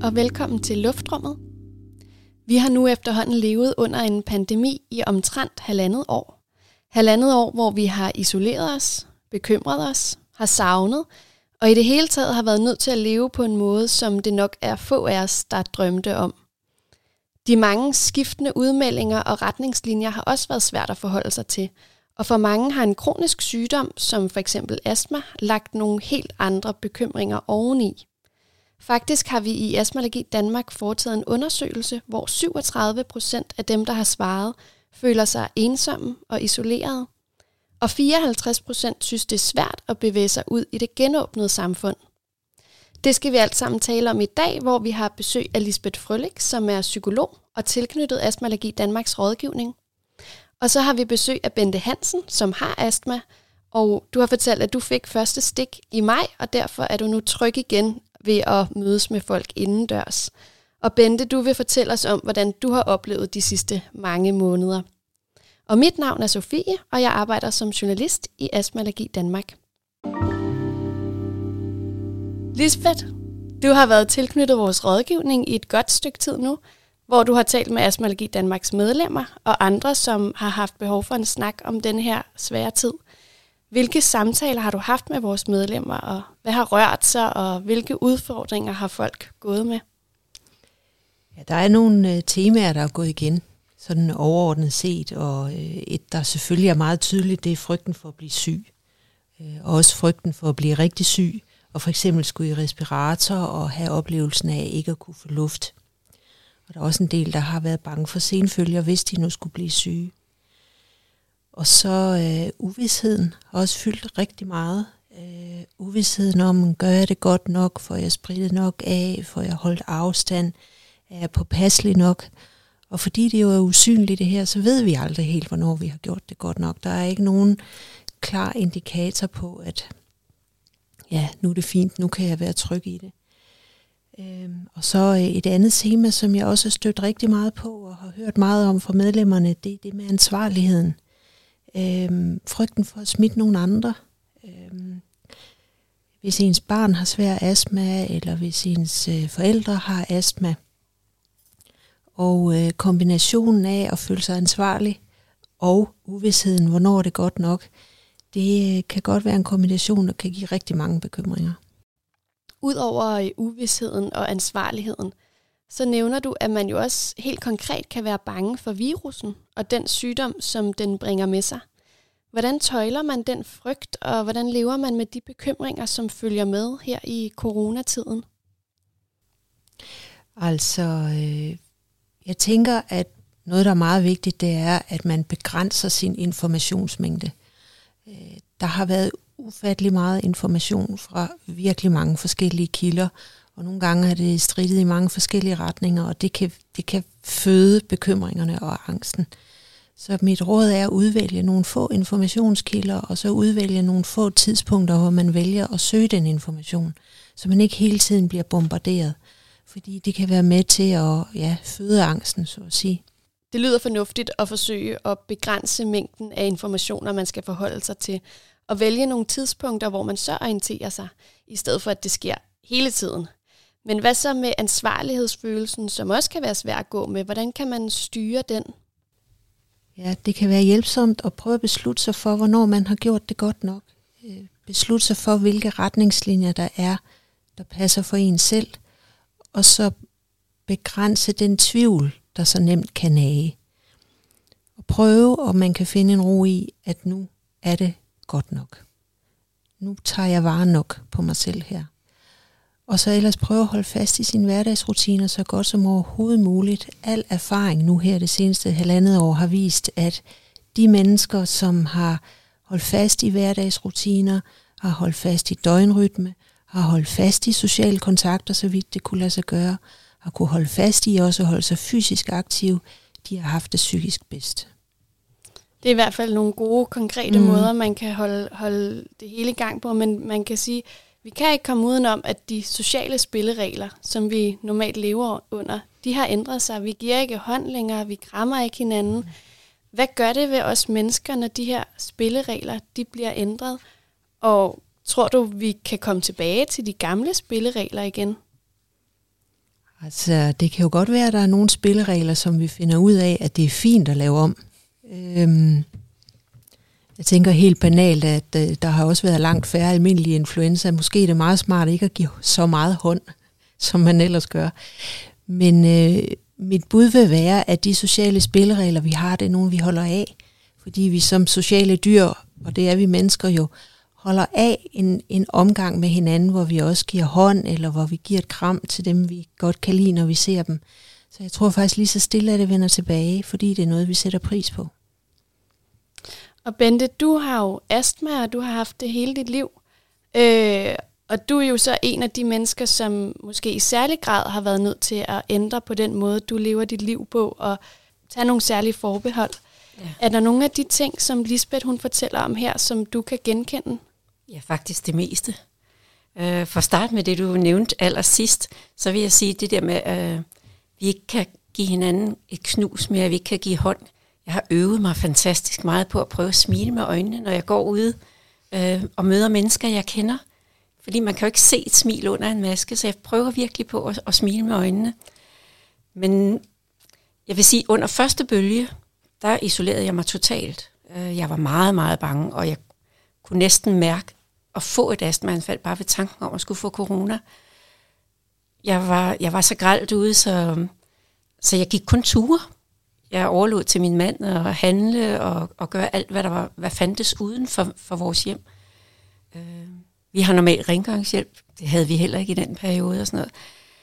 og velkommen til Luftrummet. Vi har nu efterhånden levet under en pandemi i omtrent 1,5 år. 1,5 år, hvor vi har isoleret os, bekymret os, har savnet, og i det hele taget har været nødt til at leve på en måde, som det nok er få af os, der drømte om. De mange skiftende udmeldinger og retningslinjer har også været svært at forholde sig til, og for mange har en kronisk sygdom, som for eksempel astma, lagt nogle helt andre bekymringer oveni. Faktisk har vi i Astma Allergi Danmark foretaget en undersøgelse, hvor 37% af dem, der har svaret, føler sig ensomme og isolerede, og 54% synes, det er svært at bevæge sig ud i det genåbnede samfund. Det skal vi alt sammen tale om i dag, hvor vi har besøg af Lisbeth Frølich, som er psykolog og tilknyttet Astma Allergi Danmarks rådgivning. Og så har vi besøg af Bente Hansen, som har astma, og du har fortalt, at du fik første stik i maj, og derfor er du nu tryg igen ved at mødes med folk indendørs. Og Bente, du vil fortælle os om, hvordan du har oplevet de sidste mange måneder. Og mit navn er Sofie, og jeg arbejder som journalist i Astma Allergi Danmark. Lisbeth, du har været tilknyttet vores rådgivning i et godt stykke tid nu, hvor du har talt med Astma Allergi Danmarks medlemmer og andre, som har haft behov for en snak om denne her svære tid. Hvilke samtaler har du haft med vores medlemmer, og hvad har rørt sig, og hvilke udfordringer har folk gået med? Ja, der er nogle temaer, der er gået igen, sådan overordnet set, og et, der selvfølgelig er meget tydeligt, det er frygten for at blive syg. Og også frygten for at blive rigtig syg, og for eksempel skulle i respirator og have oplevelsen af ikke at kunne få luft. Og der er også en del, der har været bange for senfølger, hvis de nu skulle blive syge. Og så uvisheden har også fyldt rigtig meget. Uvisheden om, gør jeg det godt nok, får jeg spritet nok af, får jeg holdt afstand, er jeg påpasselig nok. Og fordi det jo er usynligt det her, så ved vi aldrig helt, hvornår vi har gjort det godt nok. Der er ikke nogen klar indikator på, at ja, nu er det fint, nu kan jeg være tryg i det. Og så et andet tema, som jeg også har stødt rigtig meget på og har hørt meget om fra medlemmerne, det er det med ansvarligheden. Frygten for at smitte nogle andre. Hvis ens barn har svær astma, eller hvis ens forældre har astma. Og kombinationen af at føle sig ansvarlig og uvisheden, hvornår det er godt nok, det kan godt være en kombination, der kan give rigtig mange bekymringer. Udover uvisheden og ansvarligheden, så nævner du, at man jo også helt konkret kan være bange for virussen og den sygdom, som den bringer med sig. Hvordan tøjler man den frygt, og hvordan lever man med de bekymringer, som følger med her i coronatiden? Altså, jeg tænker, at noget, der er meget vigtigt, det er, at man begrænser sin informationsmængde. Der har været ufattelig meget information fra virkelig mange forskellige kilder, og nogle gange er det strittet i mange forskellige retninger, og det kan føde bekymringerne og angsten. Så mit råd er at udvælge nogle få informationskilder, og så udvælge nogle få tidspunkter, hvor man vælger at søge den information, så man ikke hele tiden bliver bombarderet, fordi det kan være med til at føde angsten, så at sige. Det lyder fornuftigt at forsøge at begrænse mængden af informationer, man skal forholde sig til, og vælge nogle tidspunkter, hvor man så orienterer sig, i stedet for at det sker hele tiden. Men hvad så med ansvarlighedsfølelsen, som også kan være svær at gå med? Hvordan kan man styre den? Ja, det kan være hjælpsomt at prøve at beslutte sig for, hvornår man har gjort det godt nok. Beslutte sig for, hvilke retningslinjer der er, der passer for en selv. Og så begrænse den tvivl, der så nemt kan nage. Og prøve, om man kan finde en ro i, at nu er det godt nok. Nu tager jeg vare nok på mig selv her. Og så ellers prøve at holde fast i sine hverdagsrutiner så godt som overhovedet muligt. Al erfaring nu her det seneste 1,5 år har vist, at de mennesker, som har holdt fast i hverdagsrutiner, har holdt fast i døgnrytme, har holdt fast i sociale kontakter, så vidt det kunne lade sig gøre, har kunne holde fast i også at holde sig fysisk aktiv, de har haft det psykisk bedst. Det er i hvert fald nogle gode, konkrete måder, man kan holde det hele i gang på, men man kan sige, vi kan ikke komme udenom, at de sociale spilleregler, som vi normalt lever under, de har ændret sig. Vi giver ikke hånd længere, vi krammer ikke hinanden. Hvad gør det ved os mennesker, når de her spilleregler de bliver ændret? Og tror du, vi kan komme tilbage til de gamle spilleregler igen? Altså, det kan jo godt være, at der er nogle spilleregler, som vi finder ud af, at det er fint at lave om. Jeg tænker helt banalt, at der har også været langt færre almindelige influenza. Måske er det meget smart ikke at give så meget hånd, som man ellers gør. Men mit bud vil være, at de sociale spilleregler, vi har, det er nogle, vi holder af. Fordi vi som sociale dyr, og det er vi mennesker jo, holder af en omgang med hinanden, hvor vi også giver hånd, eller hvor vi giver et kram til dem, vi godt kan lide, når vi ser dem. Så jeg tror faktisk lige så stille, at det vender tilbage, fordi det er noget, vi sætter pris på. Og Bente, du har jo astma, og du har haft det hele dit liv. Og du er jo så en af de mennesker, som måske i særlig grad har været nødt til at ændre på den måde, du lever dit liv på, og tage nogle særlige forbehold. Ja. Er der nogle af de ting, som Lisbeth hun fortæller om her, som du kan genkende? Ja, faktisk det meste. For at starte med det, du nævnte allersidst, så vil jeg sige det der med, at vi ikke kan give hinanden et knus mere, at vi ikke kan give hånd. Jeg har øvet mig fantastisk meget på at prøve at smile med øjnene, når jeg går ude og møder mennesker, jeg kender. Fordi man kan jo ikke se et smil under en maske, så jeg prøver virkelig på at smile med øjnene. Men jeg vil sige, under første bølge, der isolerede jeg mig totalt. Jeg var meget, meget bange, og jeg kunne næsten mærke at få et astmaanfald bare ved tanken om at skulle få corona. Jeg var så grelt ude, så jeg gik kun ture. Jeg overlod til min mand at handle og gøre alt, hvad fandtes uden for vores hjem. Vi har normalt rengøringshjælp. Det havde vi heller ikke i den periode og sådan noget.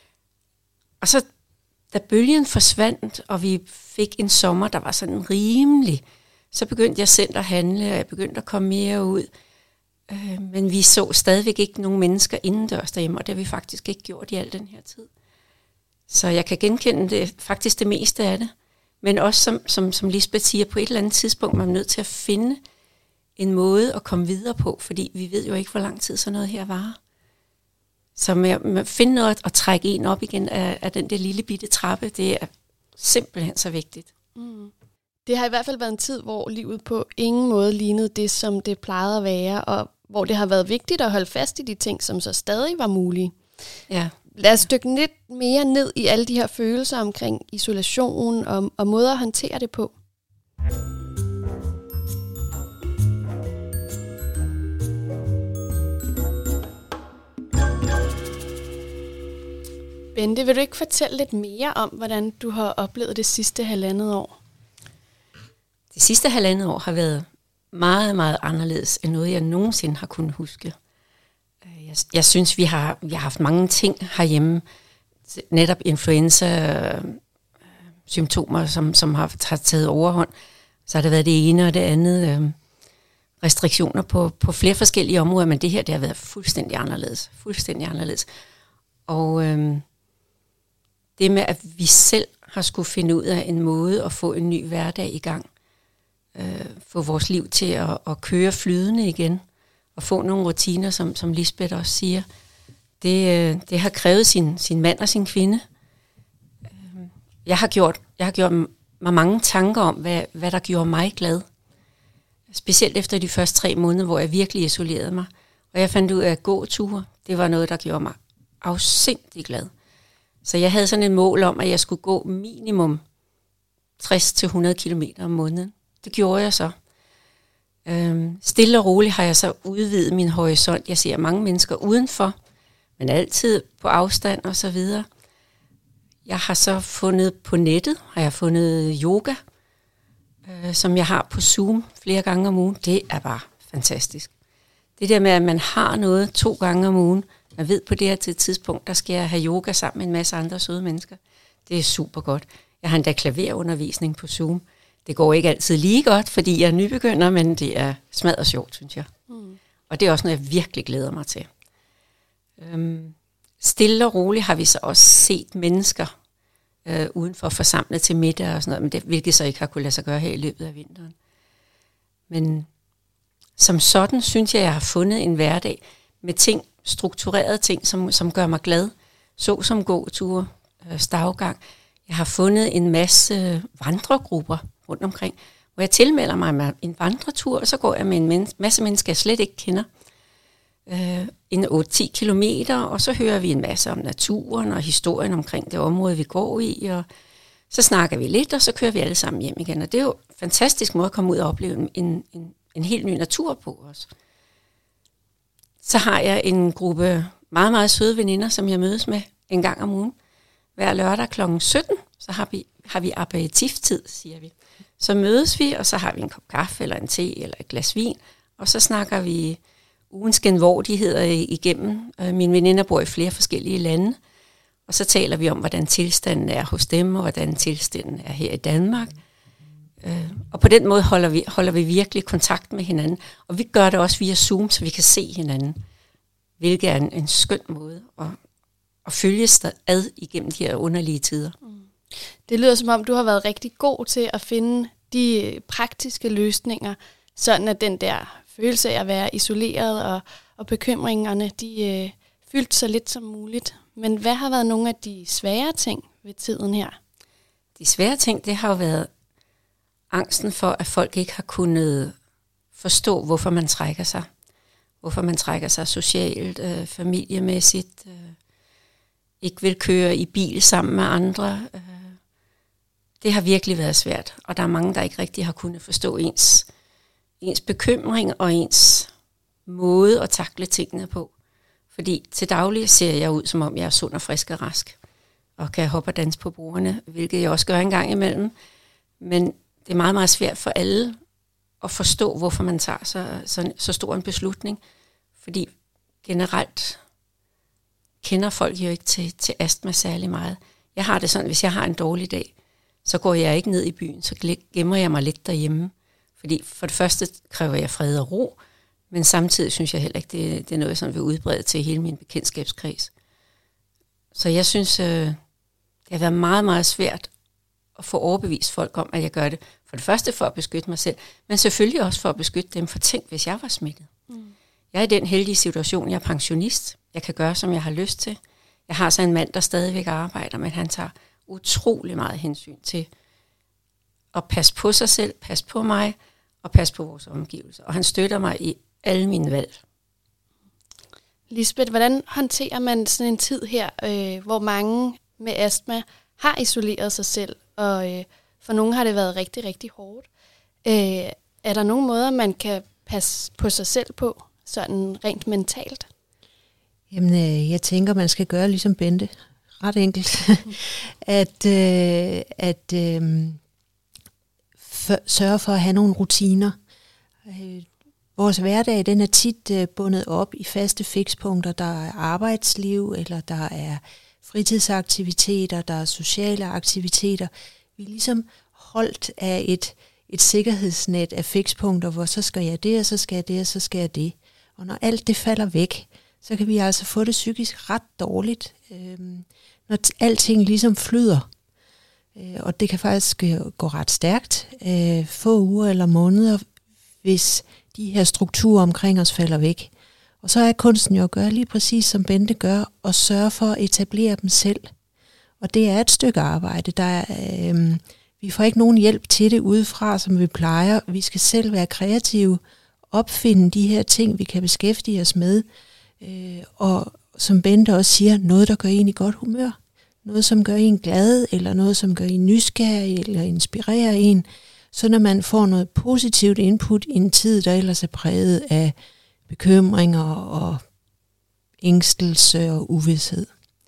Og så, da bølgen forsvandt, og vi fik en sommer, der var sådan rimelig, så begyndte jeg selv at handle, og jeg begyndte at komme mere ud. Men vi så stadigvæk ikke nogen mennesker indendørs derhjemme, og det har vi faktisk ikke gjort i al den her tid. Så jeg kan genkende det, faktisk det meste af det. Men også, som Lisbeth siger, på et eller andet tidspunkt, man er nødt til at finde en måde at komme videre på, fordi vi ved jo ikke, hvor lang tid sådan noget her varer. Så med at finde noget at trække en op igen af den der lille bitte trappe, det er simpelthen så vigtigt. Mm. Det har i hvert fald været en tid, hvor livet på ingen måde lignede det, som det plejede at være, og hvor det har været vigtigt at holde fast i de ting, som så stadig var mulige. Ja. Lad os dykke lidt mere ned i alle de her følelser omkring isolation og måder at håndtere det på. Bente, vil du ikke fortælle lidt mere om, hvordan du har oplevet det sidste 1,5 år? Det sidste 1,5 år har været meget, meget anderledes end noget, jeg nogensinde har kunnet huske. Jeg synes, vi har haft mange ting herhjemme. Netop influenza-symptomer, som har taget overhånd. Så har det været det ene og det andet. Restriktioner på flere forskellige områder, men det her, det har været fuldstændig anderledes. Fuldstændig anderledes. Og det med, at vi selv har skulle finde ud af en måde at få en ny hverdag i gang. Få vores liv til at køre flydende igen. Og få nogle rutiner, som Lisbeth også siger. Det har krævet sin mand og sin kvinde. Jeg har gjort mig mange tanker om, hvad der gjorde mig glad. Specielt efter de første 3 måneder, hvor jeg virkelig isolerede mig. Og jeg fandt ud af at gåture. Det var noget, der gjorde mig afsindig glad. Så jeg havde sådan et mål om, at jeg skulle gå minimum 60-100 kilometer om måneden. Det gjorde jeg så. Stille og roligt har jeg så udvidet min horisont. Jeg ser mange mennesker udenfor, men altid på afstand og så videre. Jeg har så fundet på nettet, yoga, som jeg har på Zoom flere gange om ugen. Det er bare fantastisk. Det der med, at man har noget 2 gange om ugen, man ved på det her tidspunkt, der skal jeg have yoga sammen med en masse andre søde mennesker. Det er super godt. Jeg har endda klaverundervisning på Zoom. Det går ikke altid lige godt, fordi jeg er nybegynder, men det er smadret sjovt, synes jeg. Mm. Og det er også noget, jeg virkelig glæder mig til. Stille og roligt har vi så også set mennesker udenfor forsamlet til middag og sådan noget, men det, hvilket så ikke har kunne lade sig gøre her i løbet af vinteren. Men som sådan synes jeg har fundet en hverdag med ting, strukturerede ting, som gør mig glad. Så som gåture, stavgang. Jeg har fundet en masse vandregrupper rundt omkring, hvor jeg tilmelder mig med en vandretur, og så går jeg med en masse mennesker, jeg slet ikke kender. en 8-10 kilometer, og så hører vi en masse om naturen og historien omkring det område, vi går i, og så snakker vi lidt, og så kører vi alle sammen hjem igen. Og det er jo en fantastisk måde at komme ud og opleve en helt ny natur på os. Så har jeg en gruppe meget, meget søde veninder, som jeg mødes med en gang om ugen. Hver lørdag kl. 17, så har vi aperitivtid, siger vi. Så mødes vi, og så har vi en kop kaffe, eller en te, eller et glas vin, og så snakker vi ugens genvordigheder igennem. Mine veninder bor i flere forskellige lande, og så taler vi om, hvordan tilstanden er hos dem, og hvordan tilstanden er her i Danmark. Og på den måde holder vi virkelig kontakt med hinanden. Og vi gør det også via Zoom, så vi kan se hinanden, hvilket er en skøn måde at følges ad igennem de her underlige tider. Det lyder som om, du har været rigtig god til at finde de praktiske løsninger, sådan at den der følelse af at være isoleret og bekymringerne, de fyldt så lidt som muligt. Men hvad har været nogle af de svære ting ved tiden her? De svære ting, det har jo været angsten for, at folk ikke har kunnet forstå, hvorfor man trækker sig. Hvorfor man trækker sig socialt, familiemæssigt, ikke vil køre i bil sammen med andre. Det har virkelig været svært, og der er mange, der ikke rigtig har kunnet forstå ens bekymring og ens måde at takle tingene på. Fordi til daglig ser jeg ud, som om jeg er sund og frisk og rask, og kan hoppe og danse på bordene, hvilket jeg også gør en gang imellem. Men det er meget, meget svært for alle at forstå, hvorfor man tager så stor en beslutning. Fordi generelt kender folk jo ikke til astma særlig meget. Jeg har det sådan, hvis jeg har en dårlig dag, så går jeg ikke ned i byen, så gemmer jeg mig lidt derhjemme. Fordi for det første kræver jeg fred og ro, men samtidig synes jeg heller ikke, det er noget, som vil udbrede til hele min bekendtskabskreds. Så jeg synes, det har været meget, meget svært at få overbevist folk om, at jeg gør det. For det første for at beskytte mig selv, men selvfølgelig også for at beskytte dem. For tænk, hvis jeg var smittet. Jeg er i den heldige situation, jeg er pensionist. Jeg kan gøre, som jeg har lyst til. Jeg har så en mand, der stadigvæk arbejder, men han tager utrolig meget hensyn til at passe på sig selv, passe på mig og passe på vores omgivelser. Og han støtter mig i alle mine valg. Lisbeth, hvordan håndterer man sådan en tid her, hvor mange med astma har isoleret sig selv, og for nogle har det været rigtig, rigtig hårdt? Er der nogle måder, man kan passe på sig selv på, sådan rent mentalt? Jamen, jeg tænker, man skal gøre ligesom Bente. Ret enkelt. Sørge for at have nogle rutiner. Vores hverdag, den er tit bundet op i faste fikspunkter. Der er arbejdsliv, eller der er fritidsaktiviteter, der er sociale aktiviteter. Vi er ligesom holdt af et sikkerhedsnet af fikspunkter, hvor så skal jeg det, og så skal jeg det, og så skal jeg det. Og når alt det falder væk, så kan vi altså få det psykisk ret dårligt, når alting ligesom flyder. Og det kan faktisk gå ret stærkt, få uger eller måneder, hvis de her strukturer omkring os falder væk. Og så er kunsten jo at gøre lige præcis som Bente gør, og sørge for at etablere dem selv. Og det er et stykke arbejde. Vi får ikke nogen hjælp til det udefra, som vi plejer. Vi skal selv være kreative, opfinde de her ting, vi kan beskæftige os med. Og som Bente også siger, noget, der gør en i godt humør. Noget, som gør en glad, eller noget, som gør en nysgerrig, eller inspirerer en. Så når man får noget positivt input i en tid, der ellers er præget af bekymringer og ængstelse og uvished.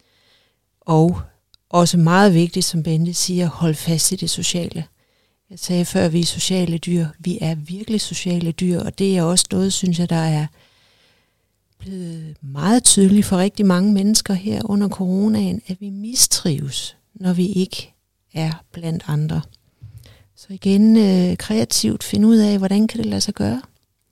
Og også meget vigtigt, som Bente siger, hold fast i det sociale. Jeg sagde før, vi er sociale dyr. Vi er virkelig sociale dyr, og det er også noget, synes jeg, der er blevet meget tydeligt for rigtig mange mennesker her under coronaen, at vi mistrives, når vi ikke er blandt andre. Så igen, kreativt finde ud af, hvordan kan det lade sig gøre?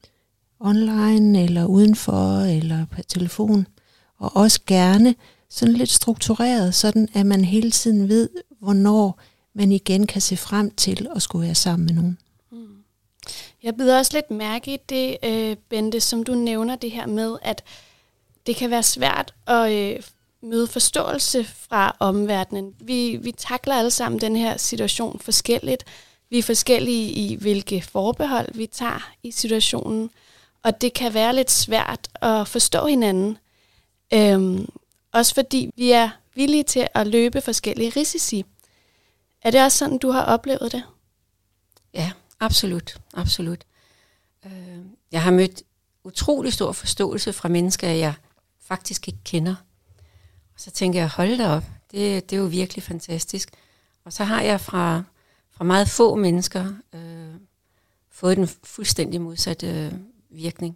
Online, eller udenfor, eller på telefon. Og også gerne sådan lidt struktureret, sådan at man hele tiden ved, hvornår man igen kan se frem til at skulle være sammen med nogen. Jeg bider også lidt mærke i det, Bente, som du nævner det her med, at det kan være svært at møde forståelse fra omverdenen. Vi takler alle sammen den her situation forskelligt. Vi er forskellige i, hvilke forbehold vi tager i situationen. og det kan være lidt svært at forstå hinanden. Også fordi vi er villige til at løbe forskellige risici. Er det også sådan, du har oplevet det? Ja, absolut. Absolut. Jeg har mødt utrolig stor forståelse fra mennesker, jeg faktisk ikke kender. Og så tænker jeg, hold da op, det er jo virkelig fantastisk. Og så har jeg fra meget få mennesker fået den fuldstændig modsatte virkning.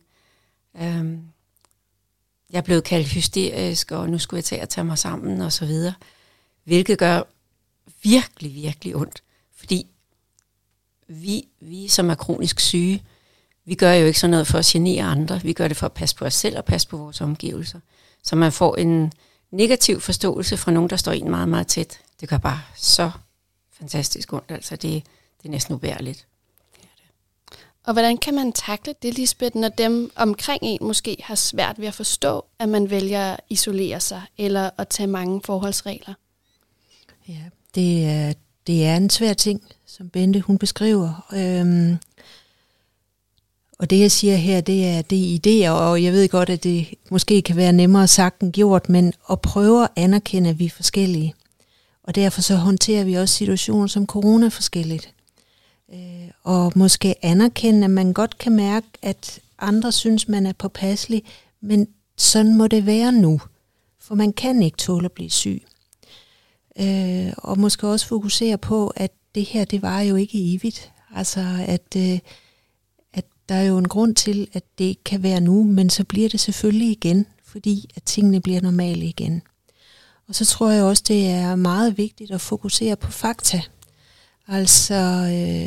Jeg er blevet kaldt hysterisk, og nu skulle jeg tage mig sammen og så videre. Hvilket gør virkelig, virkelig ondt. Fordi vi som er kronisk syge, vi gør jo ikke sådan noget for at genere andre. Vi gør det for at passe på os selv og passe på vores omgivelser. Så man får en negativ forståelse fra nogen, der står en meget, meget tæt. Det gør bare så fantastisk ondt. Altså det er næsten ubærligt. Og hvordan kan man takle det, Lisbeth, når dem omkring en måske har svært ved at forstå, at man vælger at isolere sig eller at tage mange forholdsregler? Ja, det er en svær ting, som Bente hun beskriver. Og det jeg siger her, det er idéer, og jeg ved godt, at det måske kan være nemmere sagt end gjort, men at prøve at anerkende, at vi er forskellige. Og derfor så håndterer vi også situationer som corona forskelligt. Og måske anerkende, at man godt kan mærke, at andre synes, man er påpasselig, men sådan må det være nu, for man kan ikke tåle at blive syg. Og måske også fokusere på, at det her, det var jo ikke evigt. Altså, at der er jo en grund til, at det ikke kan være nu, men så bliver det selvfølgelig igen, fordi at tingene bliver normale igen. Og så tror jeg også, det er meget vigtigt at fokusere på fakta. Altså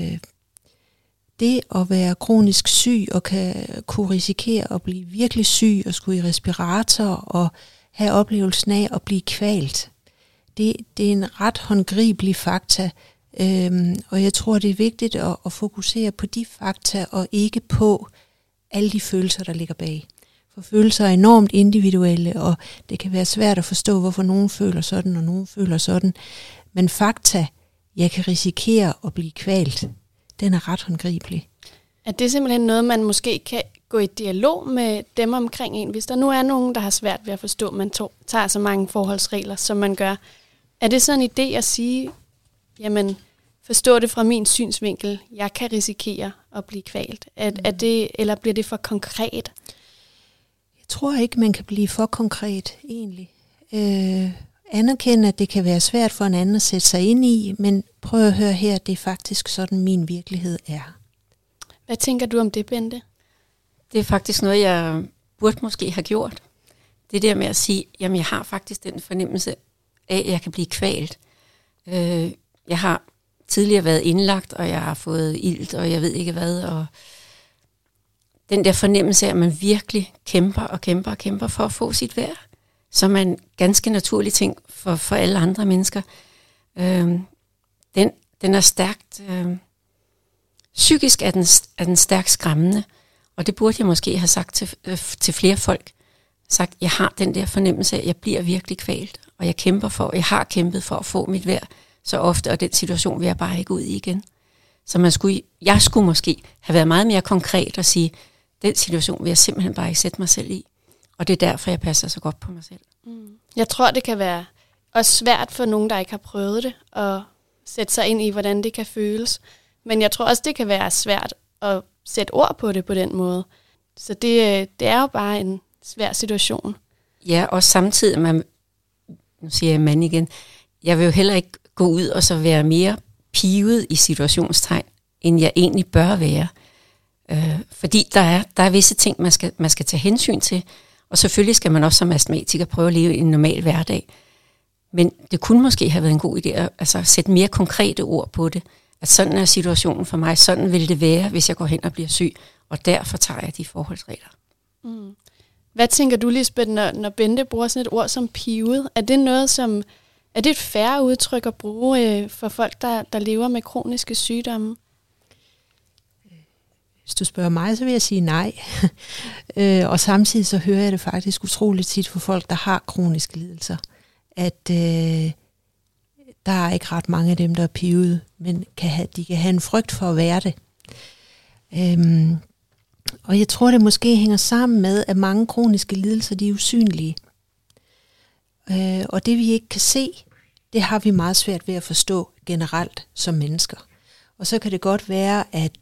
det at være kronisk syg og kunne risikere at blive virkelig syg og skulle i respirator og have oplevelsen af at blive kvalt. Det er en ret håndgribelig fakta, og jeg tror, det er vigtigt at fokusere på de fakta og ikke på alle de følelser, der ligger bag. For følelser er enormt individuelle, og det kan være svært at forstå, hvorfor nogen føler sådan og nogen føler sådan. Men fakta, jeg kan risikere at blive kvalt, den er ret håndgribelig. Er det simpelthen noget, man måske kan gå i dialog med dem omkring en, hvis der nu er nogen, der har svært ved at forstå, at man tager så mange forholdsregler, som man gør? Er det sådan en idé at sige, jamen forstå det fra min synsvinkel, jeg kan risikere at blive kvalt? Er det, eller bliver det for konkret? Jeg tror ikke, man kan blive for konkret egentlig. Anerkende, at det kan være svært for en anden at sætte sig ind i, men prøv at høre her, det er faktisk sådan, min virkelighed er. Hvad tænker du om det, Bente? Det er faktisk noget, jeg burde måske have gjort. Det der med at sige, jamen jeg har faktisk den fornemmelse af, at jeg kan blive kvalt. Jeg har tidligere været indlagt, og jeg har fået ilt, og jeg ved ikke hvad. Og den der fornemmelse af, at man virkelig kæmper og kæmper og kæmper for at få sit værd, som er en ganske naturlig ting for alle andre mennesker. Den er stærkt... Psykisk er den stærkt skræmmende, og det burde jeg måske have sagt til flere folk. Sagt, jeg har den der fornemmelse af, at jeg bliver virkelig kvalt, og jeg har kæmpet for at få mit værd så ofte, og den situation vil jeg bare ikke ud i igen. Så jeg skulle måske have været meget mere konkret og sige, den situation vil jeg simpelthen bare ikke sætte mig selv i, og det er derfor, jeg passer så godt på mig selv. Jeg tror, det kan være også svært for nogen, der ikke har prøvet det, at sætte sig ind i, hvordan det kan føles. Men jeg tror også, det kan være svært at sætte ord på det på den måde. Så det er jo bare en svær situation. Ja, og samtidig, nu siger jeg mand igen, jeg vil jo heller ikke gå ud og så være mere pivet i situationstegn, end jeg egentlig bør være. Fordi der er visse ting, man skal tage hensyn til, og selvfølgelig skal man også som astmatiker prøve at leve en normal hverdag. Men det kunne måske have været en god idé at sætte mere konkrete ord på det. At sådan er situationen for mig, sådan vil det være, hvis jeg går hen og bliver syg, og derfor tager jeg de forholdsregler. Hvad tænker du, Lisbeth, når Bente bruger sådan et ord som pivet? Er det et fair udtryk at bruge for folk, der lever med kroniske sygdomme? Hvis du spørger mig, så vil jeg sige nej. Og samtidig så hører jeg det faktisk utroligt tit for folk, der har kroniske lidelser, at der er ikke ret mange af dem, der er pivet, men de kan have en frygt for at være det. og jeg tror, det måske hænger sammen med, at mange kroniske lidelser, de er usynlige. Og det vi ikke kan se, det har vi meget svært ved at forstå generelt som mennesker. Og så kan det godt være, at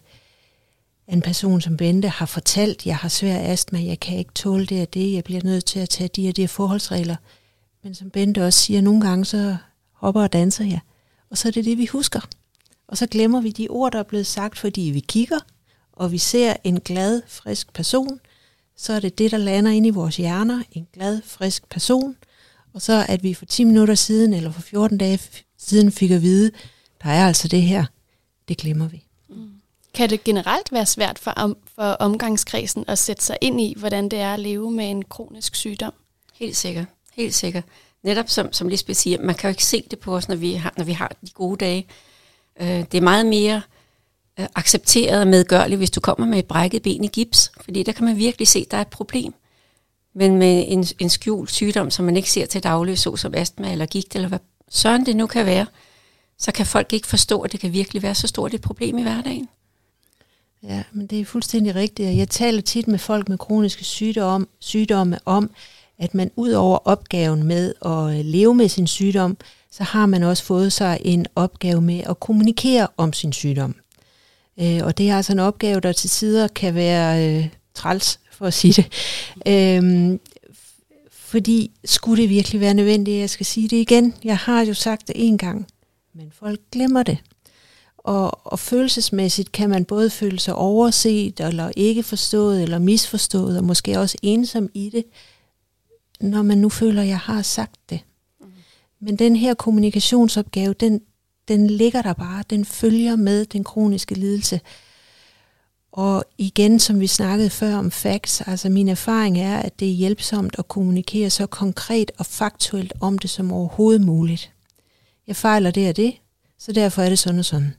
en person som Bente har fortalt, jeg har svær astma, jeg kan ikke tåle det og det, jeg bliver nødt til at tage de og de forholdsregler. Men som Bente også siger, nogle gange så hopper og danser jeg. Og så er det det, vi husker. Og så glemmer vi de ord, der er blevet sagt, fordi vi kigger, og vi ser en glad, frisk person. Så er det det, der lander ind i vores hjerner, en glad, frisk person. Og så at vi for 10 minutter siden, eller for 14 dage siden fik at vide, der er altså det her, det glemmer vi. Kan det generelt være svært for omgangskredsen at sætte sig ind i, hvordan det er at leve med en kronisk sygdom? Helt sikkert. Helt sikkert. Netop som Lisbeth siger, man kan jo ikke se det på os, når vi har de gode dage. Det er meget mere accepteret og medgørligt, hvis du kommer med et brækket ben i gips, fordi der kan man virkelig se, at der er et problem. Men med en skjult sygdom, som man ikke ser til daglig, såsom astma eller gigt, eller hvad sådan det nu kan være, så kan folk ikke forstå, at det kan virkelig være så stort et problem i hverdagen. Ja, men det er fuldstændig rigtigt. Jeg taler tit med folk med kroniske sygdomme om, at man ud over opgaven med at leve med sin sygdom, så har man også fået sig en opgave med at kommunikere om sin sygdom. Og det er altså en opgave, der til tider kan være træls, for at sige det. Fordi skulle det virkelig være nødvendigt, jeg skal sige det igen. Jeg har jo sagt det en gang, men folk glemmer det. Og følelsesmæssigt kan man både føle sig overset, eller ikke forstået, eller misforstået, og måske også ensom i det, når man nu føler, at jeg har sagt det. Men den her kommunikationsopgave, den ligger der bare, den følger med den kroniske lidelse. Og igen, som vi snakkede før om facts, altså min erfaring er, at det er hjælpsomt at kommunikere så konkret og faktuelt om det som overhovedet muligt. Jeg fejler det og det, så derfor er det sådan og sådan.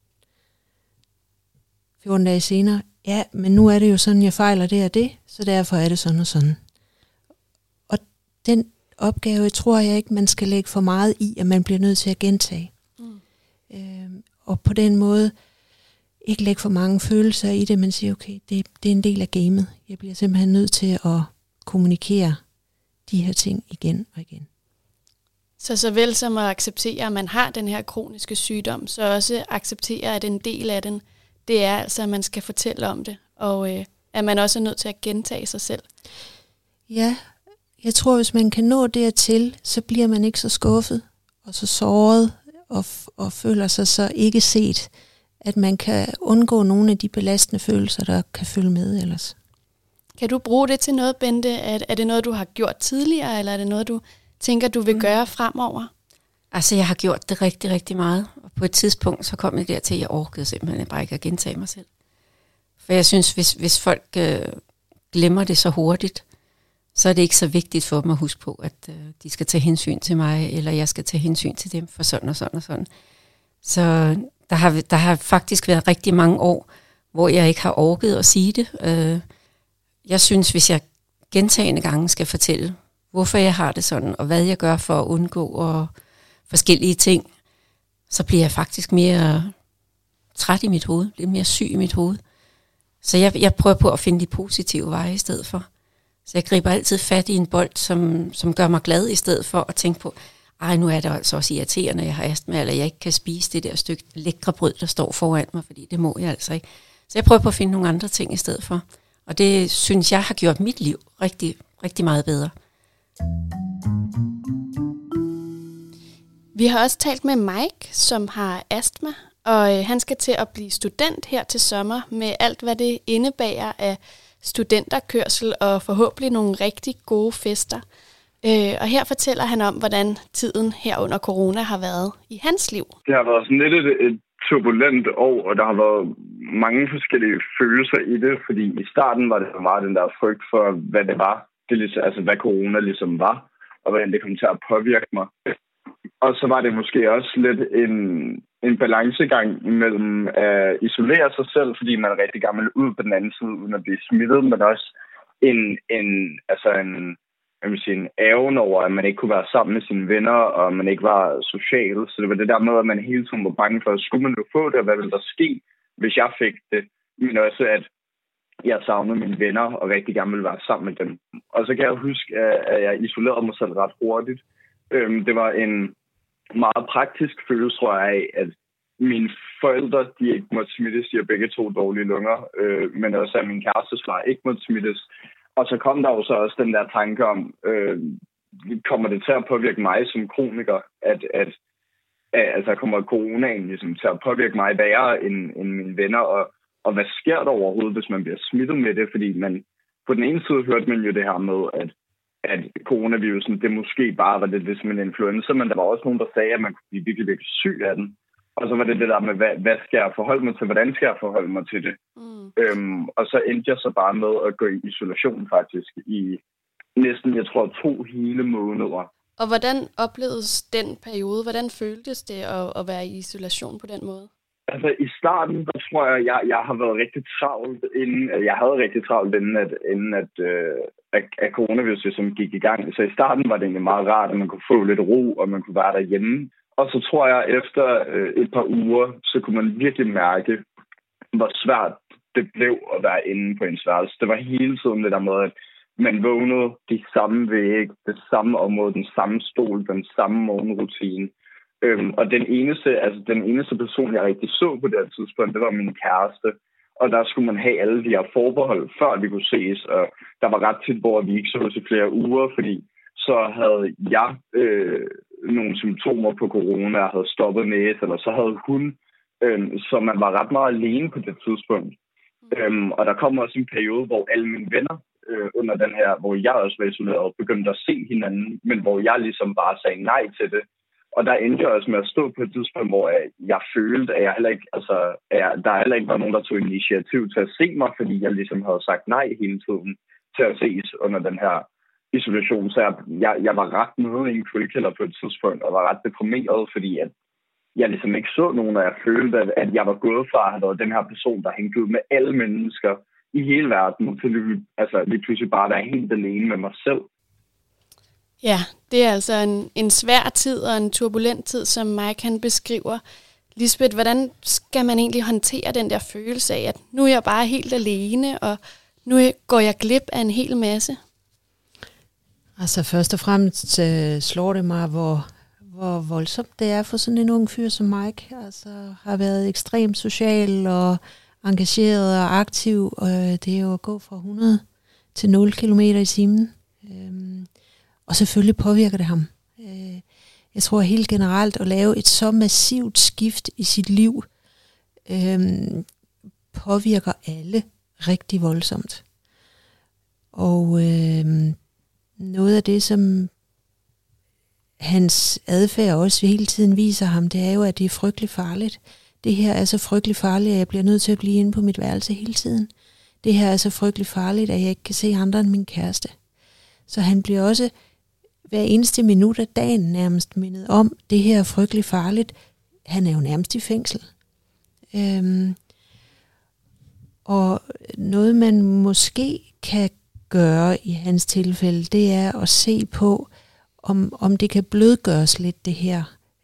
14 dage senere, ja, men nu er det jo sådan, jeg fejler det og det, så derfor er det sådan og sådan. Og den opgave, tror jeg ikke, man skal lægge for meget i, at man bliver nødt til at gentage. Og på den måde ikke lægge for mange følelser i det, men sige, okay, det er en del af gamet. Jeg bliver simpelthen nødt til at kommunikere de her ting igen og igen. Så vel som at acceptere, at man har den her kroniske sygdom, så også acceptere, at en del af den, det er altså, at man skal fortælle om det, og at man også er nødt til at gentage sig selv. Ja, jeg tror, hvis man kan nå dertil, så bliver man ikke så skuffet og så såret og føler sig så ikke set, at man kan undgå nogle af de belastende følelser, der kan følge med ellers. Kan du bruge det til noget, Bente? Er det noget, du har gjort tidligere, eller er det noget, du tænker, du vil gøre fremover? Altså, jeg har gjort det rigtig, rigtig meget. Og på et tidspunkt, så kom jeg dertil, at jeg orkede simpelthen bare ikke at gentage mig selv. For jeg synes, hvis folk glemmer det så hurtigt, så er det ikke så vigtigt for dem at huske på, at de skal tage hensyn til mig, eller jeg skal tage hensyn til dem for sådan og sådan og sådan. Så der har faktisk været rigtig mange år, hvor jeg ikke har orket at sige det. Jeg synes, hvis jeg gentagende gange skal fortælle, hvorfor jeg har det sådan, og hvad jeg gør for at undgå og forskellige ting, så bliver jeg faktisk mere træt i mit hoved, lidt mere syg i mit hoved. Så jeg prøver på at finde de positive veje i stedet for. Så jeg griber altid fat i en bold, som gør mig glad, i stedet for at tænke på, nu er det altså også irriterende, jeg har astma, eller jeg ikke kan spise det der stykke lækre brød, der står foran mig, fordi det må jeg altså ikke. Så jeg prøver på at finde nogle andre ting i stedet for. Og det synes jeg har gjort mit liv rigtig, rigtig meget bedre. Vi har også talt med Mike, som har astma, og han skal til at blive student her til sommer med alt, hvad det indebærer af studenterkørsel og forhåbentlig nogle rigtig gode fester. Og her fortæller han om, hvordan tiden her under corona har været i hans liv. Det har været sådan lidt et turbulent år, og der har været mange forskellige følelser i det, fordi i starten var det meget den der frygt for, hvad det var, altså hvad corona ligesom var, og hvordan det kom til at påvirke mig. Og så var det måske også lidt en balancegang mellem at isolere sig selv, fordi man er rigtig gammel ud på den anden side, uden at blive smittet, men også en ærgen over, at man ikke kunne være sammen med sine venner, og man ikke var social. Så det var det der med, at man hele tiden var bange for, at skulle man nu få det, og hvad ville der ske, hvis jeg fik det? Men også, jeg savnede mine venner og rigtig gerne ville være sammen med dem. Og så kan jeg huske, at jeg isolerede mig selv ret hurtigt. Det var en meget praktisk følelse, tror jeg, af, at mine forældre, de ikke måtte smittes. De har begge 2 dårlige lunger, men også at min kærestes far ikke måtte smittes. Og så kom der jo så også den der tanke om, kommer det til at påvirke mig som kroniker, at altså kommer coronaen ligesom til at påvirke mig værre end mine venner, og hvad sker der overhovedet, hvis man bliver smittet med det? Fordi man, på den ene side hørte man jo det her med, at coronavirusen, det måske bare var det som en influenza, men der var også nogen, der sagde, at man kunne blive virkelig, virkelig syg af den. Og så var det der med, hvad skal jeg forholde mig til? Hvordan skal jeg forholde mig til det? Og så endte jeg så bare med at gå i isolation faktisk i næsten, jeg tror, 2 hele måneder. Og hvordan oplevedes den periode? Hvordan føltes det at være i isolation på den måde? Altså i starten, der tror jeg har været rigtig travlt inden. Jeg havde rigtig travlt inden at coronavirus som gik i gang. Så i starten var det egentlig meget rart, at man kunne få lidt ro, og man kunne være derhjemme. Og så tror jeg, efter et par uger, så kunne man virkelig mærke, hvor svært det blev at være inde på ens værelse. Det var hele tiden det der med, at man vågnede de samme vægge, det samme område, den samme stol, den samme morgenrutine. Og den eneste person, jeg rigtig så på det tidspunkt, det var min kæreste. Og der skulle man have alle de her forbehold, før vi kunne ses. Og der var ret tit, hvor vi ikke så i flere uger, fordi så havde jeg nogle symptomer på corona, jeg havde stoppet næse, eller så havde hun. Så man var ret meget alene på det tidspunkt. Og der kom også en periode, hvor alle mine venner under den her, hvor jeg også var isoleret, begyndte at se hinanden, men hvor jeg ligesom bare sagde nej til det. Og der endte jeg også med at stå på et tidspunkt, hvor jeg følte, at jeg heller ikke, der heller ikke var nogen, der tog initiativ til at se mig, fordi jeg ligesom havde sagt nej hele tiden til at ses under den her isolation. Så jeg var ret nede i en kuldekælder på et tidspunkt, og var ret deprimeret, fordi at jeg ligesom ikke så nogen, og jeg følte, at jeg var gået fra at have været den her person, der hængte ud med alle mennesker i hele verden, til lige pludselig bare være helt alene med mig selv. Ja, det er altså en svær tid og en turbulent tid, som Mike han beskriver. Lisbeth, hvordan skal man egentlig håndtere den der følelse af, at nu er jeg bare helt alene, og nu går jeg glip af en hel masse? Altså først og fremmest slår det mig, hvor voldsomt det er for sådan en ung fyr som Mike. Altså har været ekstremt social og engageret og aktiv, og det er jo at gå fra 100 til 0 kilometer i timen. Og selvfølgelig påvirker det ham. Jeg tror helt generelt at lave et så massivt skift i sit liv, påvirker alle rigtig voldsomt. Og noget af det, som hans adfærd også hele tiden viser ham, det er jo, at det er frygteligt farligt. Det her er så frygteligt farligt, at jeg bliver nødt til at blive inde på mit værelse hele tiden. Det her er så frygteligt farligt, at jeg ikke kan se andre end min kæreste. Så han bliver også hver eneste minut af dagen nærmest mindet om, det her er frygteligt farligt. Han er jo nærmest i fængsel. Og noget, man måske kan gøre i hans tilfælde, det er at se på, om det kan blødgøres lidt det her.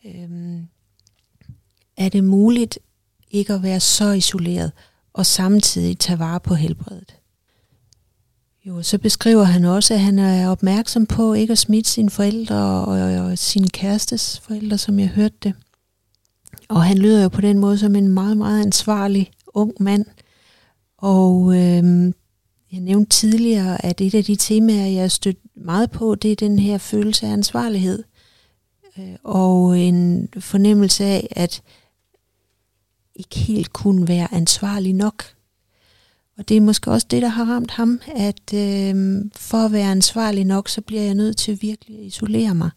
Er det muligt ikke at være så isoleret, og samtidig tage vare på helbredet? Jo, så beskriver han også, at han er opmærksom på ikke at smitte sine forældre og sin kærestes forældre, som jeg hørte det. Og han lyder jo på den måde som en meget, meget ansvarlig ung mand. Og jeg nævnte tidligere, at et af de temaer, jeg har stødt meget på, det er den her følelse af ansvarlighed. Og en fornemmelse af, at ikke helt kunne være ansvarlig nok. Og det er måske også det, der har ramt ham, at for at være ansvarlig nok, så bliver jeg nødt til virkelig at isolere mig.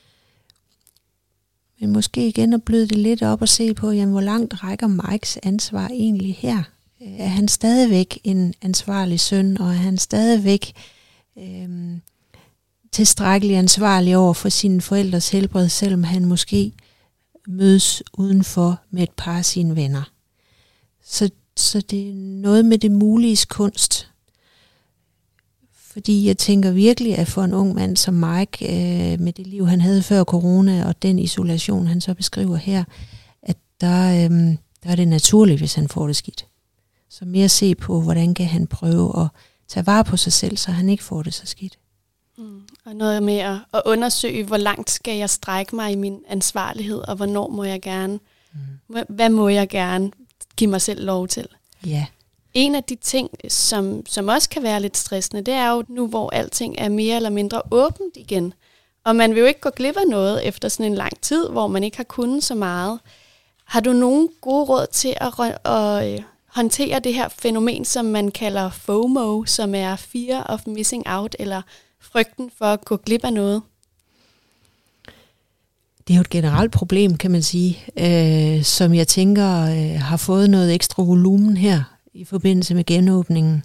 Men måske igen at bløde det lidt op og se på, jamen, hvor langt rækker Mikes ansvar egentlig her? Er han stadigvæk en ansvarlig søn, og er han stadigvæk tilstrækkeligt ansvarlig over for sine forældres helbred, selvom han måske mødes udenfor med et par af sine venner? Så det er noget med det muliges kunst. Fordi jeg tænker virkelig, at for en ung mand som Mike, med det liv, han havde før corona, og den isolation, han så beskriver her, at der er det naturligt, hvis han får det skidt. Så mere se på, hvordan kan han prøve at tage vare på sig selv, så han ikke får det så skidt. Og noget med at undersøge, hvor langt skal jeg strække mig i min ansvarlighed, og hvornår må jeg gerne, hvad må jeg gerne give mig selv lov til? Ja. En af de ting, som også kan være lidt stressende, det er jo nu, hvor alting er mere eller mindre åbent igen. Og man vil jo ikke gå glip af noget efter sådan en lang tid, hvor man ikke har kunnet så meget. Har du nogle gode råd til at håndtere det her fænomen, som man kalder FOMO, som er fear of missing out, eller frygten for at gå glip af noget? Det er jo et generelt problem, kan man sige, som jeg tænker har fået noget ekstra volumen her i forbindelse med genåbningen.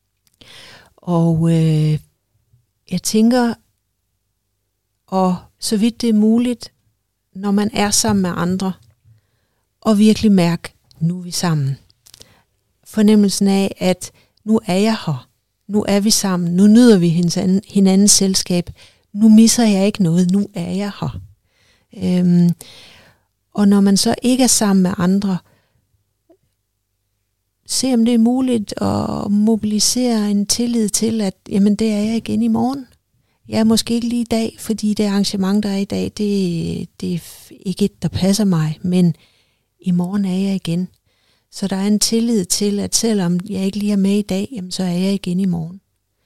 Og jeg tænker, og så vidt det er muligt, når man er sammen med andre, og virkelig mærke, nu er vi sammen. Fornemmelsen af, at nu er jeg her. Nu er vi sammen. Nu nyder vi hinandens selskab. Nu misser jeg ikke noget. Nu er jeg her. Og når man så ikke er sammen med andre, se om det er muligt at mobilisere en tillid til, at jamen, det er jeg igen i morgen. Jeg er måske ikke lige i dag, fordi det arrangement, der er i dag, det er ikke et, der passer mig, men i morgen er jeg igen. Så der er en tillid til, at selvom jeg ikke lige er med i dag, jamen, så er jeg igen i morgen.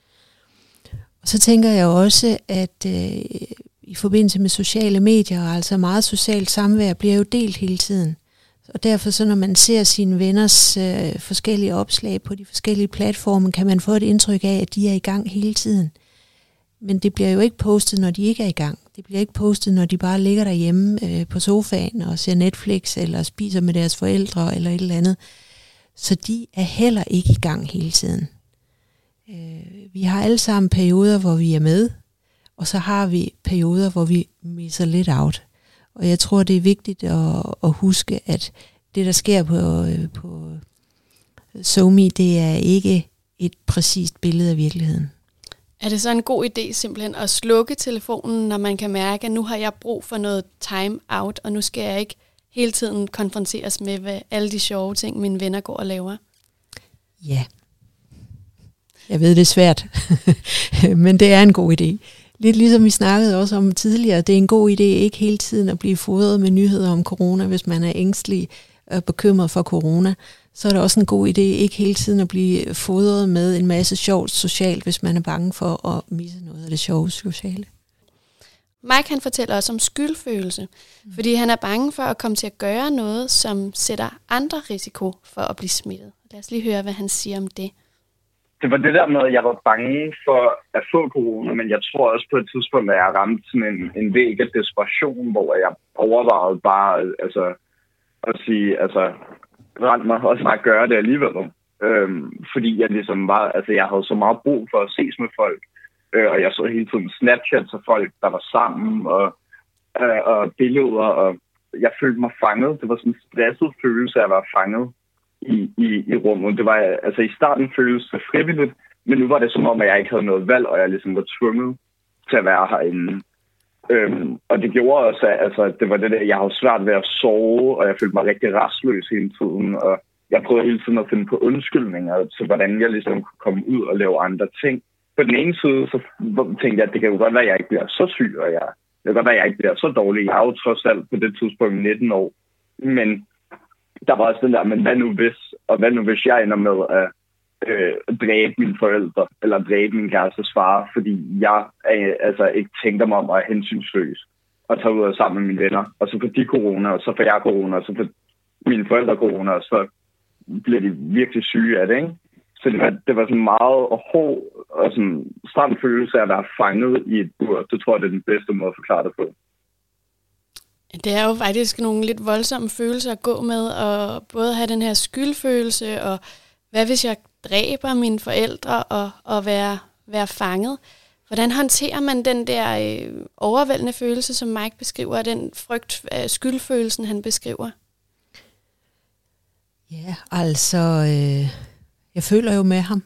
Og så tænker jeg også, at i forbindelse med sociale medier, altså meget socialt samvær, bliver jo delt hele tiden. Og derfor så når man ser sine venners forskellige opslag på de forskellige platforme, kan man få et indtryk af, at de er i gang hele tiden. Men det bliver jo ikke postet, når de ikke er i gang. Det bliver ikke postet, når de bare ligger derhjemme på sofaen og ser Netflix, eller spiser med deres forældre, eller et eller andet. Så de er heller ikke i gang hele tiden. Vi har alle sammen perioder, hvor vi er med, og så har vi perioder, hvor vi misser lidt out. Og jeg tror, det er vigtigt at huske, at det, der sker på SoMe, det er ikke et præcist billede af virkeligheden. Er det så en god idé simpelthen at slukke telefonen, når man kan mærke, at nu har jeg brug for noget time out, og nu skal jeg ikke hele tiden konfronteres med, hvad alle de sjove ting, mine venner går og laver? Ja. Jeg ved, det er svært, men det er en god idé. Lidt ligesom vi snakkede også om tidligere, det er en god idé ikke hele tiden at blive fodret med nyheder om corona, hvis man er ængstelig og bekymret for corona. Så er det også en god idé ikke hele tiden at blive fodret med en masse sjovt socialt, hvis man er bange for at misse noget af det sjove sociale. Mike han fortæller også om skyldfølelse, fordi han er bange for at komme til at gøre noget, som sætter andre risiko for at blive smittet. Lad os lige høre, hvad han siger om det. Det var det der med, at jeg var bange for at få corona, men jeg tror også på et tidspunkt, at jeg ramte sådan en væg af desperation, hvor jeg overvejede bare at sige, rent mig og så bare gøre det alligevel. Fordi jeg ligesom var, jeg havde så meget brug for at ses med folk, og jeg så hele tiden Snapchat til folk, der var sammen, og billeder, og jeg følte mig fanget. Det var sådan en stresset følelse af at være fanget i rummet. Det var, i starten føltes det frivilligt, men nu var det som om, at jeg ikke havde noget valg, og jeg ligesom var tvunget til at være herinde. Og det gjorde også, at det var det der, jeg havde svært ved at sove, og jeg følte mig rigtig rastløs hele tiden, og jeg prøvede hele tiden at finde på undskyldninger til, hvordan jeg ligesom kunne komme ud og lave andre ting. På den ene side, så tænkte jeg, at det kan jo godt være, at jeg ikke bliver så syg, og det kan godt være, at jeg ikke bliver så dårlig. Jeg er jo trods alt på det tidspunkt 19 år. Men der var også den der, men hvad nu hvis jeg ender med at dræbe mine forældre, eller dræbe min kærestes far, fordi jeg ikke tænker mig om at være hensynsløs og tage ud og sammen med mine venner, og så får de corona, og så får jeg corona, og så får mine forældre corona, og så bliver de virkelig syge af det, ikke? Så det var sådan meget hård og sådan stram følelse af at være fanget i et bur. Det tror jeg, det er den bedste måde at forklare det på. Det er jo faktisk nogle lidt voldsomme følelser at gå med, og både have den her skyldfølelse, og hvad hvis jeg dræber mine forældre, og være fanget. Hvordan håndterer man den der overvældende følelse, som Mike beskriver, og den frygt, skyldfølelsen, han beskriver? Ja, jeg føler jo med ham.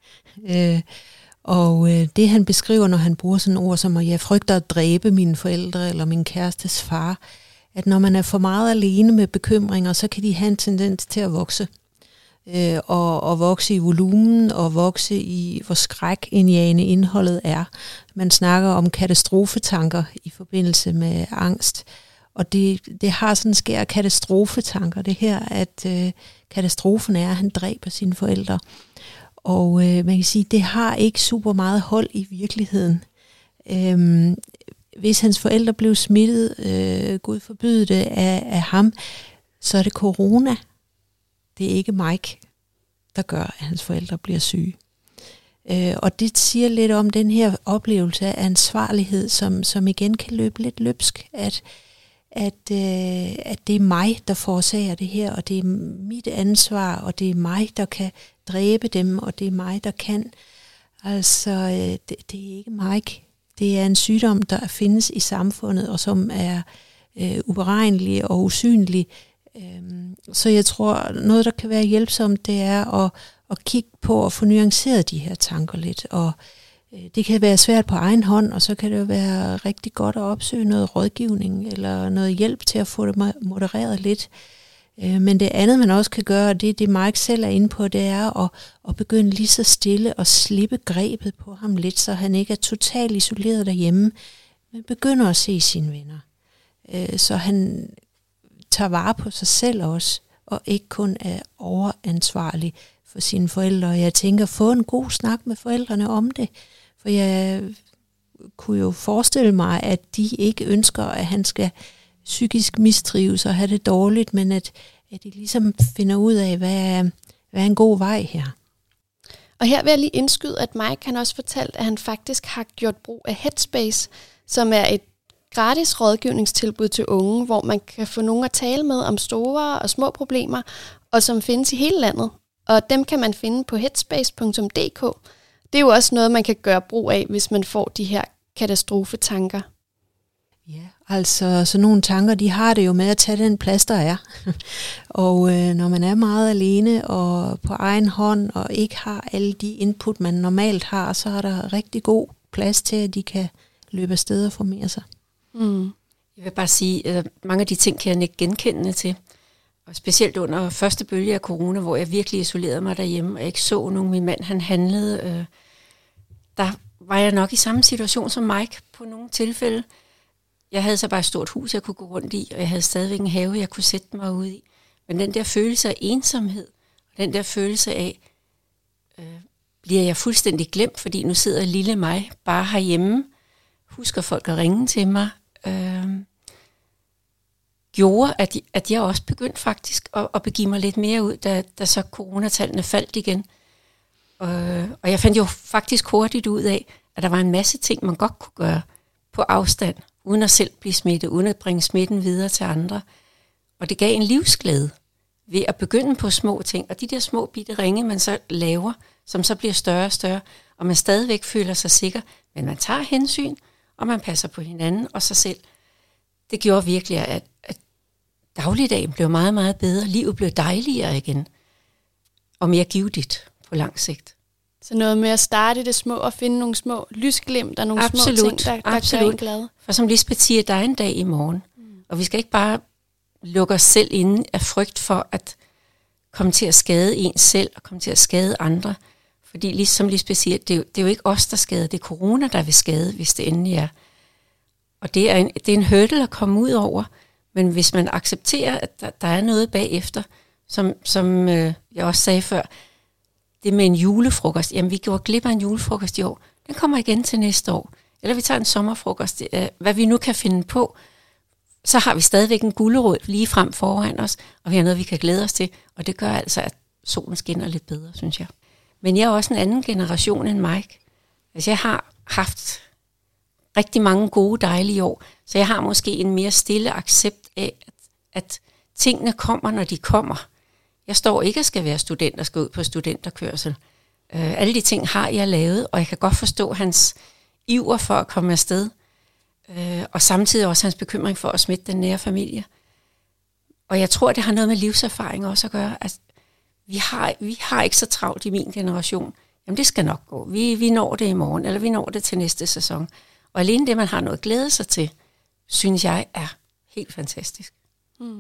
Og det han beskriver, når han bruger sådan ord som, at jeg frygter at dræbe mine forældre eller min kærestes far, at når man er for meget alene med bekymringer, så kan de have en tendens til at vokse. og vokse i volumen og vokse i, hvor skrækindjagende indholdet er. Man snakker om katastrofetanker i forbindelse med angst, og det har sådan skær katastrofetanker, det her, at katastrofen er, at han dræber sine forældre. Og man kan sige, det har ikke super meget hold i virkeligheden. Hvis hans forældre blev smittet, Gud forbyde det, af ham, så er det corona. Det er ikke Mike, der gør, at hans forældre bliver syge. Og det siger lidt om den her oplevelse af ansvarlighed, som igen kan løbe lidt løbsk, at det er mig, der forårsager det her, og det er mit ansvar, og det er mig, der kan dræbe dem, og det er mig, der kan. Altså, det er ikke Mike. Det er en sygdom, der findes i samfundet, og som er uberegnelig og usynlig. Så jeg tror, noget, der kan være hjælpsomt, det er at kigge på og få nuanceret de her tanker lidt. Og det kan være svært på egen hånd, og så kan det jo være rigtig godt at opsøge noget rådgivning eller noget hjælp til at få det modereret lidt. Men det andet, man også kan gøre, og det Mike selv er inde på, det er at begynde lige så stille og slippe grebet på ham lidt, så han ikke er totalt isoleret derhjemme, men begynder at se sine venner. Så han tager vare på sig selv også, og ikke kun er overansvarlig for sine forældre. Jeg tænker, få en god snak med forældrene om det, for jeg kunne jo forestille mig, at de ikke ønsker, at han skal psykisk mistrives og have det dårligt, men at de ligesom finder ud af, hvad er en god vej her. Og her vil jeg lige indskyde, at Mike han også fortalt, at han faktisk har gjort brug af Headspace, som er et gratis rådgivningstilbud til unge, hvor man kan få nogen at tale med om store og små problemer, og som findes i hele landet. Og dem kan man finde på headspace.dk. Det er jo også noget, man kan gøre brug af, hvis man får de her katastrofetanker. Ja, altså sådan nogle tanker, de har det jo med at tage den plads, der er. Og når man er meget alene og på egen hånd og ikke har alle de input, man normalt har, så er der rigtig god plads til, at de kan løbe afsted og formere sig. Mm. Jeg vil bare sige, at mange af de ting kan jeg ikke genkende til. Og specielt under første bølge af corona, hvor jeg virkelig isolerede mig derhjemme, og jeg ikke så nogen. Min mand, han handlede. Der var jeg nok i samme situation som Mike på nogle tilfælde. Jeg havde så bare et stort hus, jeg kunne gå rundt i, og jeg havde stadigvæk en have, jeg kunne sætte mig ud i. Men den der følelse af ensomhed, og den der følelse af, bliver jeg fuldstændig glemt, fordi nu sidder lille mig bare herhjemme, husker folk at ringe til mig, gjorde, at jeg også begyndte faktisk at begive mig lidt mere ud, da så coronatallene faldt igen. Og jeg fandt jo faktisk hurtigt ud af, at der var en masse ting, man godt kunne gøre på afstand, uden at selv blive smittet, uden at bringe smitten videre til andre. Og det gav en livsglæde ved at begynde på små ting, og de der små bitte ringe, man så laver, som så bliver større og større, og man stadigvæk føler sig sikker, men man tager hensyn, og man passer på hinanden og sig selv. Det gjorde virkelig, at dagligdagen blev meget, meget bedre. Livet blev dejligere igen. Og mere givetigt på lang sigt. Så noget med at starte det små og finde nogle små lysglimt og nogle absolut, små ting, der gør en glad. For som Lisbeth siger, der er en dag i morgen. Og vi skal ikke bare lukke os selv inde af frygt for at komme til at skade en selv og komme til at skade andre. Fordi ligesom Lisbeth siger, det er jo ikke os, der skader. Det er corona, der vil skade, hvis det endelig er. Og det er en hurdle at komme ud over. Men hvis man accepterer, at der er noget bagefter, som jeg også sagde før, det med en julefrokost. Jamen, vi gjorde glip af en julefrokost i år. Den kommer igen til næste år. Eller vi tager en sommerfrokost. Hvad vi nu kan finde på, så har vi stadigvæk en gulerod lige frem foran os, og vi har noget, vi kan glæde os til. Og det gør altså, at solen skinner lidt bedre, synes jeg. Men jeg er også en anden generation end Mike. Altså, jeg har haft rigtig mange gode, dejlige år, så jeg har måske en mere stille accept af, at tingene kommer, når de kommer. Jeg står ikke og skal være student og skal ud på studenterkørsel. Alle de ting har jeg lavet, og jeg kan godt forstå hans iver for at komme afsted, og samtidig også hans bekymring for at smitte den nære familie. Og jeg tror, det har noget med livserfaring også at gøre. Altså, vi har ikke så travlt i min generation. Jamen, det skal nok gå. Vi når det i morgen, eller vi når det til næste sæson. Og alene det, man har noget at glæde sig til, synes jeg er helt fantastisk.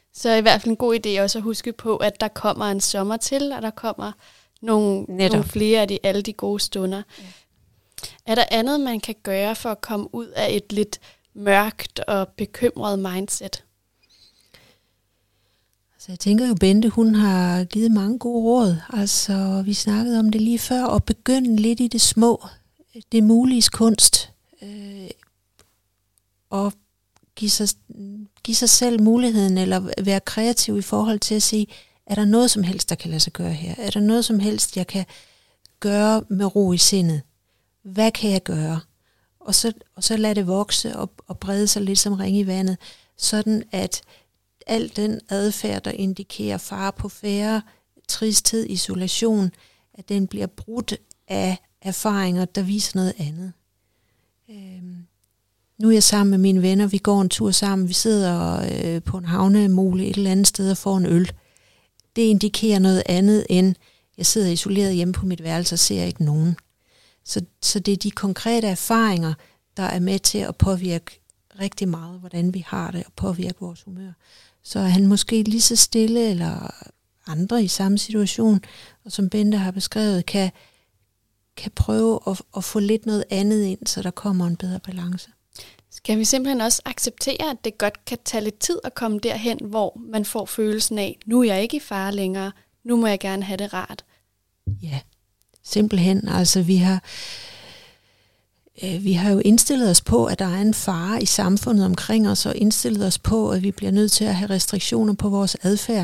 Så i hvert fald en god idé også at huske på, at der kommer en sommer til, og der kommer nogle flere af alle de gode stunder. Ja. Er der andet, man kan gøre for at komme ud af et lidt mørkt og bekymret mindset? Altså jeg tænker jo, Bente, hun har givet mange gode råd. Altså vi snakkede om det lige før, og begynde lidt i det små, det muliges kunst, og give sig selv muligheden, eller være kreativ i forhold til at sige, er der noget som helst, der kan lade sig gøre her? Er der noget som helst, jeg kan gøre med ro i sindet? Hvad kan jeg gøre? Og så lade det vokse og brede sig lidt som ring i vandet, sådan at al den adfærd, der indikerer fare på færre, tristhed, isolation, at den bliver brudt af erfaringer, der viser noget andet. Nu er jeg sammen med mine venner, vi går en tur sammen, vi sidder på en havnemole et eller andet sted og får en øl. Det indikerer noget andet end, jeg sidder isoleret hjemme på mit værelse og ser ikke nogen. Så det er de konkrete erfaringer, der er med til at påvirke rigtig meget, hvordan vi har det, og påvirke vores humør. Så er han måske lige så stille, eller andre i samme situation, og som Bente har beskrevet, kan prøve at få lidt noget andet ind, så der kommer en bedre balance. Skal vi simpelthen også acceptere, at det godt kan tage lidt tid at komme derhen, hvor man får følelsen af, nu er jeg ikke i fare længere, nu må jeg gerne have det rart? Ja, simpelthen. Altså vi har jo indstillet os på, at der er en fare i samfundet omkring os, og indstillet os på, at vi bliver nødt til at have restriktioner på vores adfærd.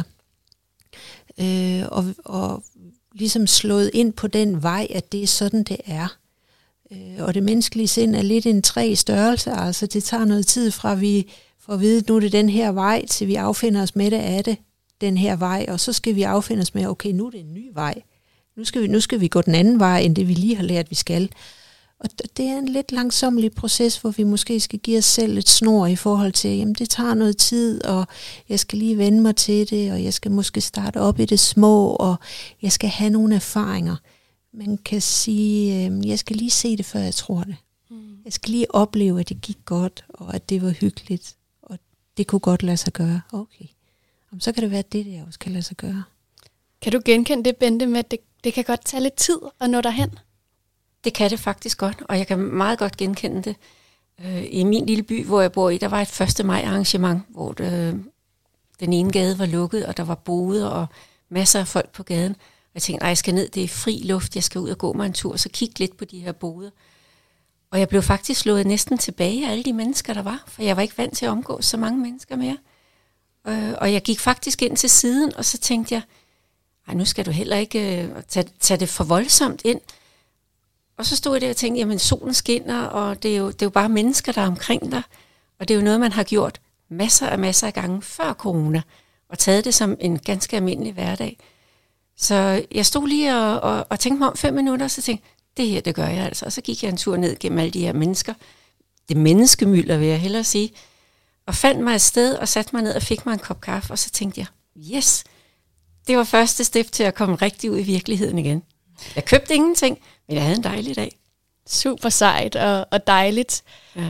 Og ligesom slået ind på den vej, at det er sådan, det er. Og det menneskelige sind er lidt en træ størrelse, altså det tager noget tid fra vi får at vide, nu er det den her vej, til vi affinder os med det af det, den her vej, og så skal vi affinde os med, okay, nu er det en ny vej. Nu skal vi gå den anden vej, end det vi lige har lært, vi skal. Og det er en lidt langsomlig proces, hvor vi måske skal give os selv et snor i forhold til, jamen det tager noget tid, og jeg skal lige vende mig til det, og jeg skal måske starte op i det små, og jeg skal have nogle erfaringer. Man kan sige, jeg skal lige se det, før jeg tror det. Jeg skal lige opleve, at det gik godt, og at det var hyggeligt, og det kunne godt lade sig gøre. Okay, så kan det være det, jeg også kan lade sig gøre. Kan du genkende det, Bente, med, at det kan godt tage lidt tid at nå derhen? Det kan det faktisk godt, og jeg kan meget godt genkende det. I min lille by, hvor jeg bor i, der var et 1. maj arrangement, hvor den ene gade var lukket, og der var boder og masser af folk på gaden. Jeg tænkte, jeg skal ned, det er fri luft, jeg skal ud og gå mig en tur, og så kigge lidt på de her boder. Og jeg blev faktisk slået næsten tilbage af alle de mennesker, der var, for jeg var ikke vant til at omgås så mange mennesker mere. Og jeg gik faktisk ind til siden, og så tænkte jeg, nu skal du heller ikke tage det for voldsomt ind. Og så stod jeg der og tænkte, jamen solen skinner, og det er jo bare mennesker, der er omkring dig. Og det er jo noget, man har gjort masser af gange før corona, og taget det som en ganske almindelig hverdag. Så jeg stod lige og tænkte mig om 5 minutter, og så tænkte det her, det gør jeg altså. Og så gik jeg en tur ned gennem alle de her mennesker. Det menneskemylder, vil jeg hellere sige. Og fandt mig et sted og satte mig ned og fik mig en kop kaffe, og så tænkte jeg, yes, det var første step til at komme rigtig ud i virkeligheden igen. Jeg købte ingenting, men jeg havde en dejlig dag. Super sejt og dejligt. Ja.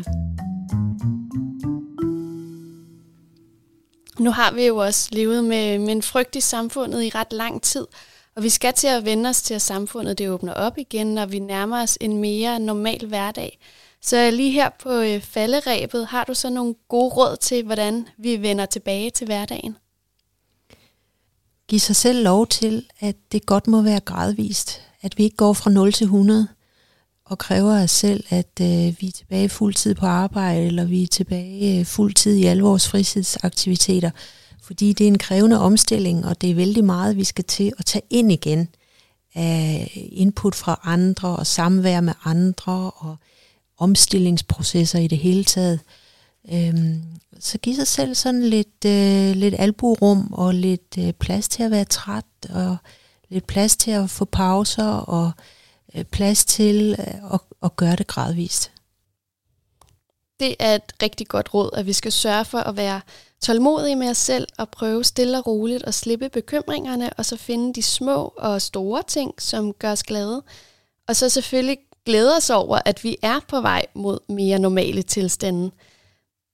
Nu har vi jo også levet med en frygt i samfundet i ret lang tid, og vi skal til at vende os til, at samfundet det åbner op igen, når vi nærmer os en mere normal hverdag. Så lige her på falderebet, har du så nogle gode råd til, hvordan vi vender tilbage til hverdagen? Giv sig selv lov til, at det godt må være gradvist. At vi ikke går fra 0 til 100 og kræver af os selv, at vi er tilbage fuldtid på arbejde, eller vi er tilbage fuldtid i alle vores fritidsaktiviteter. Fordi det er en krævende omstilling, og det er vældig meget, vi skal til at tage ind igen af input fra andre, og samvær med andre, og omstillingsprocesser i det hele taget. Så giv sig selv sådan lidt albuerum, og lidt plads til at være træt, og lidt plads til at få pauser, og plads til at gøre det gradvist. Det er et rigtig godt råd, at vi skal sørge for at være tålmodige med os selv, og prøve stille og roligt at slippe bekymringerne, og så finde de små og store ting, som gør os glade. Og så selvfølgelig glæde os over, at vi er på vej mod mere normale tilstande.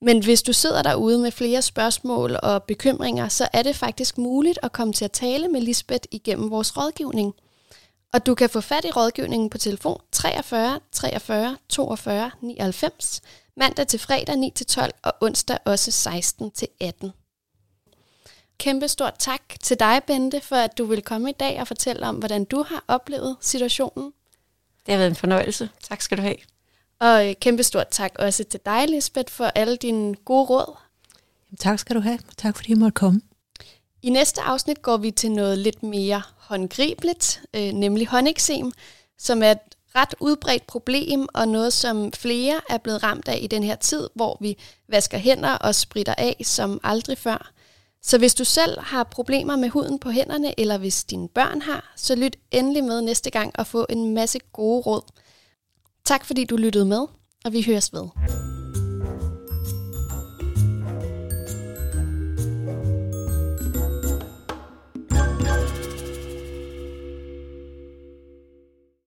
Men hvis du sidder derude med flere spørgsmål og bekymringer, så er det faktisk muligt at komme til at tale med Lisbeth igennem vores rådgivning. Og du kan få fat i rådgivningen på telefon 43 43 42 99, mandag til fredag 9 til 12 og onsdag også 16 til 18. Kæmpe stort tak til dig, Bente, for at du vil komme i dag og fortælle om, hvordan du har oplevet situationen. Det har været en fornøjelse. Tak skal du have. Og kæmpe stort tak også til dig, Lisbeth, for alle dine gode råd. Tak skal du have, og tak fordi jeg måtte komme. I næste afsnit går vi til noget lidt mere håndgribeligt, nemlig håndeksem, som er et ret udbredt problem, og noget, som flere er blevet ramt af i den her tid, hvor vi vasker hænder og spritter af som aldrig før. Så hvis du selv har problemer med huden på hænderne, eller hvis dine børn har, så lyt endelig med næste gang og få en masse gode råd. Tak fordi du lyttede med, og vi høres ved.